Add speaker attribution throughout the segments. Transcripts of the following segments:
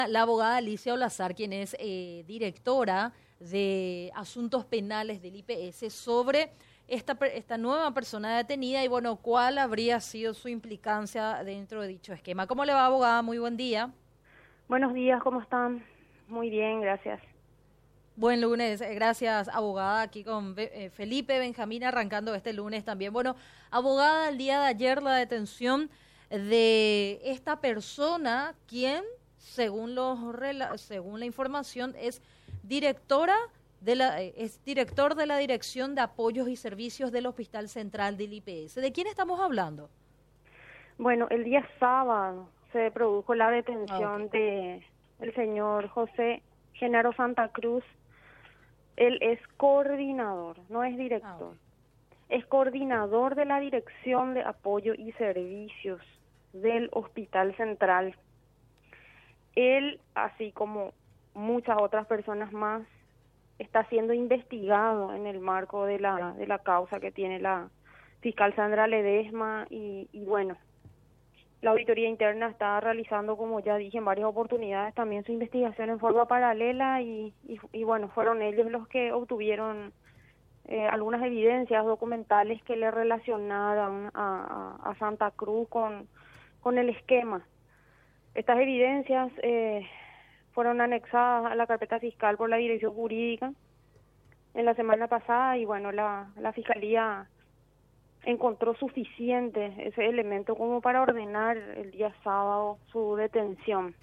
Speaker 1: La abogada Alicia Olazar, quien es directora de Asuntos Penales del IPS, sobre esta nueva persona detenida y, bueno, cuál habría sido su implicancia dentro de dicho esquema. ¿Cómo le va, abogada? Muy buen día.
Speaker 2: Buenos días, ¿cómo están? Muy bien, gracias.
Speaker 1: Buen lunes, gracias, abogada, aquí con Felipe Benjamín arrancando este lunes también. Bueno, abogada, el día de ayer la detención de esta persona, quien, según según la información, es director de la Dirección de Apoyos y Servicios del Hospital Central del IPS. ¿De quién estamos hablando?
Speaker 2: Bueno, el día sábado se produjo la detención
Speaker 1: Ok.
Speaker 2: de el señor José Genaro Santa Cruz. Él es coordinador, no es director.
Speaker 1: Ok.
Speaker 2: Es coordinador de la Dirección de Apoyo y Servicios del Hospital Central. Él, así como muchas otras personas más, está siendo investigado en el marco de la causa que tiene la fiscal Sandra Ledesma y bueno, la auditoría interna está realizando, como ya dije en varias oportunidades, también su investigación en forma paralela y bueno, fueron ellos los que obtuvieron algunas evidencias documentales que le relacionaron a Santa Cruz con el esquema. Estas evidencias fueron anexadas a la carpeta fiscal por la Dirección Jurídica en la semana pasada y bueno, la Fiscalía encontró suficiente ese elemento como para ordenar el día sábado su detención.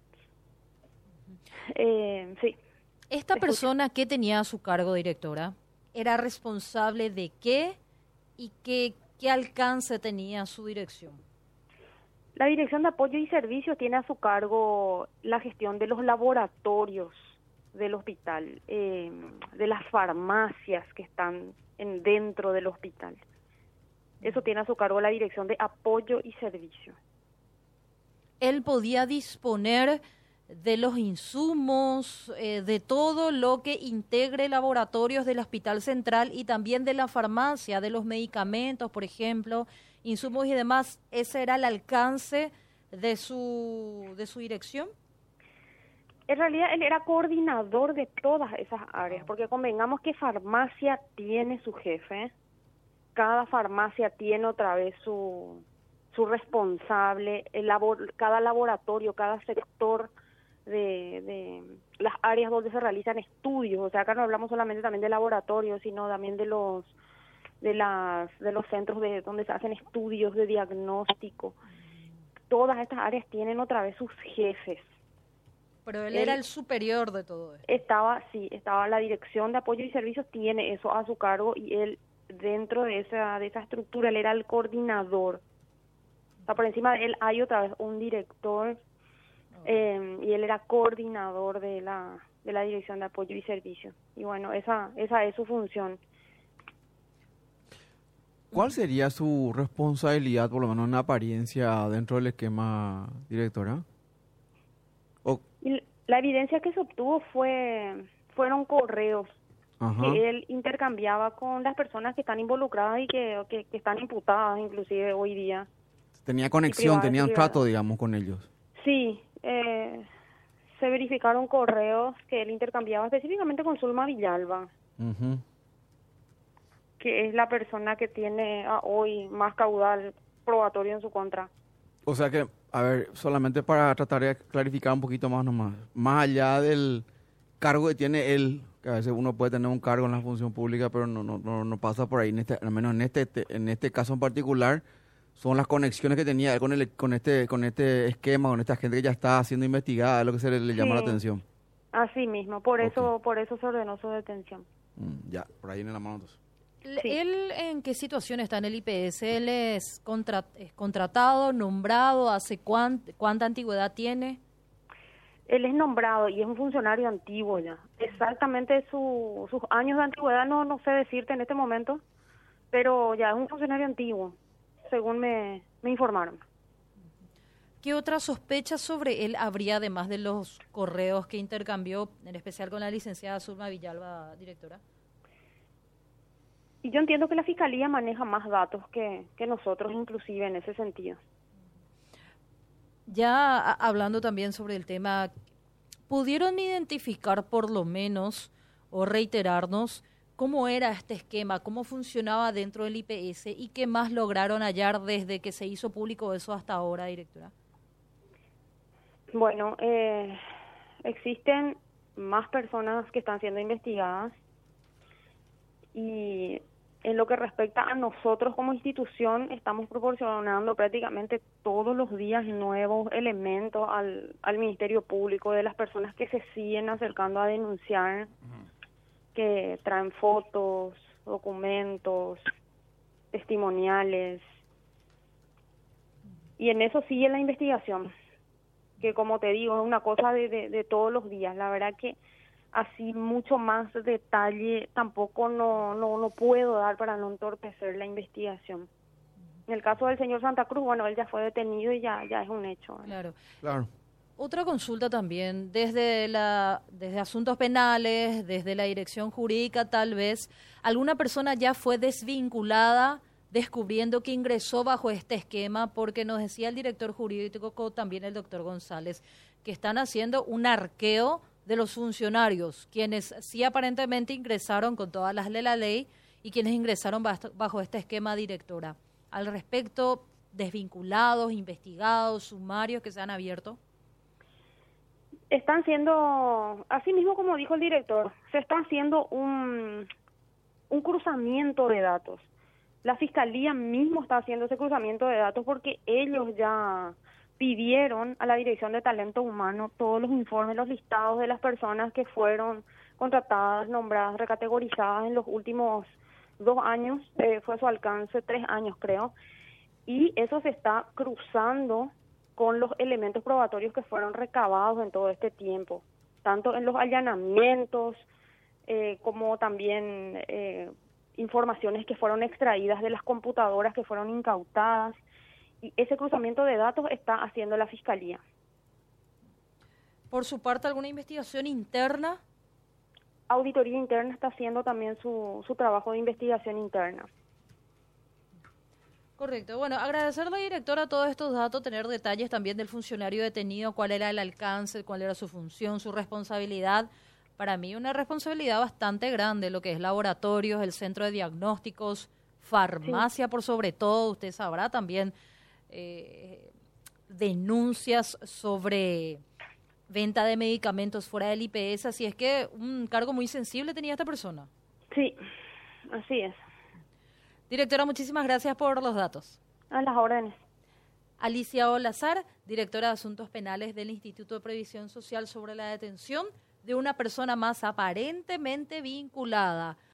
Speaker 2: Sí.
Speaker 1: ¿Esta persona qué tenía a su cargo, directora? ¿Era responsable de qué y qué alcance tenía su dirección?
Speaker 2: La Dirección de Apoyo y Servicios tiene a su cargo la gestión de los laboratorios del hospital, de las farmacias que están dentro del hospital. Eso tiene a su cargo la Dirección de Apoyo y Servicio.
Speaker 1: Él podía disponer de los insumos, de todo lo que integre laboratorios del Hospital Central y también de la farmacia, de los medicamentos, por ejemplo, insumos y demás. ¿Ese era el alcance de su dirección?
Speaker 2: En realidad él era coordinador de todas esas áreas, porque convengamos que farmacia tiene su jefe, cada farmacia tiene otra vez su responsable, cada laboratorio, cada sector de las áreas donde se realizan estudios. O sea, acá no hablamos solamente también de laboratorios, sino también de los centros donde se hacen estudios de diagnóstico. Todas estas áreas tienen otra vez sus jefes.
Speaker 1: Pero él era el superior de todo esto.
Speaker 2: Estaba la Dirección de Apoyo y Servicios, tiene eso a su cargo y él dentro de esa estructura, él era el coordinador. O sea, por encima de él hay otra vez un director y él era coordinador de la Dirección de Apoyo y Servicios. Y bueno, esa es su función.
Speaker 3: ¿Cuál sería su responsabilidad, por lo menos en apariencia, dentro del esquema, directora?
Speaker 2: Y la evidencia que se obtuvo fueron correos. Ajá. Que él intercambiaba con las personas que están involucradas y que están imputadas inclusive hoy día.
Speaker 3: Tenía conexión, tenía un trato, digamos, con ellos.
Speaker 2: Sí, se verificaron correos que él intercambiaba específicamente con Zulma Villalba, que es la persona que tiene hoy más caudal probatorio en su contra.
Speaker 3: O sea que, a ver, solamente para tratar de clarificar un poquito más nomás, más allá del cargo que tiene él, que a veces uno puede tener un cargo en la función pública, pero no pasa por ahí, al menos en este caso en particular, son las conexiones que tenía él con este esquema, con esta gente que ya está siendo investigada, es lo que se le llama la atención.
Speaker 2: Así mismo, por eso se ordenó su detención.
Speaker 3: Ya, por ahí en la mano entonces.
Speaker 1: ¿Él en qué situación está en el IPS? ¿Él es contratado, nombrado? ¿Hace cuánta antigüedad tiene?
Speaker 2: Él es nombrado y es un funcionario antiguo ya. Exactamente sus años de antigüedad no sé decirte en este momento, pero ya es un funcionario antiguo, según me informaron.
Speaker 1: ¿Qué otras sospechas sobre él habría, además de los correos que intercambió, en especial con la licenciada Zulma Villalba, directora?
Speaker 2: Y yo entiendo que la Fiscalía maneja más datos que nosotros, inclusive en ese sentido.
Speaker 1: Ya hablando también sobre el tema, ¿Pudieron identificar por lo menos o reiterarnos cómo era este esquema, cómo funcionaba dentro del IPS y qué más lograron hallar desde que se hizo público eso hasta ahora, directora?
Speaker 2: Bueno, existen más personas que están siendo investigadas y en lo que respecta a nosotros como institución estamos proporcionando prácticamente todos los días nuevos elementos al Ministerio Público de las personas que se siguen acercando a denunciar, que traen fotos, documentos, testimoniales, y en eso sigue la investigación, que como te digo, es una cosa de todos los días. La verdad que así mucho más detalle tampoco no puedo dar para no entorpecer la investigación. En el caso del señor Santa Cruz, bueno, él ya fue detenido y ya es un hecho.
Speaker 1: Claro.
Speaker 3: Claro.
Speaker 1: Otra consulta también, desde asuntos penales, desde la dirección jurídica tal vez, ¿alguna persona ya fue desvinculada descubriendo que ingresó bajo este esquema? Porque nos decía el director jurídico, también el doctor González, que están haciendo un arqueo de los funcionarios, quienes sí aparentemente ingresaron con todas las de la ley y quienes ingresaron bajo este esquema, directora. Al respecto, desvinculados, investigados, sumarios que se han abierto.
Speaker 2: Están siendo, así mismo como dijo el director, se está haciendo un cruzamiento de datos. La Fiscalía mismo está haciendo ese cruzamiento de datos porque ellos ya pidieron a la Dirección de Talento Humano todos los informes, los listados de las personas que fueron contratadas, nombradas, recategorizadas en los últimos 2 años, fue su alcance 3 años creo, y eso se está cruzando con los elementos probatorios que fueron recabados en todo este tiempo, tanto en los allanamientos como también informaciones que fueron extraídas de las computadoras que fueron incautadas, y ese cruzamiento de datos está haciendo la Fiscalía.
Speaker 1: Por su parte, ¿alguna investigación interna?
Speaker 2: Auditoría Interna está haciendo también su trabajo de investigación interna.
Speaker 1: Correcto. Bueno, agradecerle, directora, todos estos datos, tener detalles también del funcionario detenido, cuál era el alcance, cuál era su función, su responsabilidad. Para mí una responsabilidad bastante grande, lo que es laboratorios, el centro de diagnósticos, farmacia por sobre todo, usted sabrá también denuncias sobre venta de medicamentos fuera del IPS, así es que un cargo muy sensible tenía esta persona.
Speaker 2: Sí, así es.
Speaker 1: Directora, muchísimas gracias por los datos.
Speaker 2: A las órdenes.
Speaker 1: Alicia Olazar, directora de Asuntos Penales del Instituto de Previsión Social, sobre la detención de una persona más aparentemente vinculada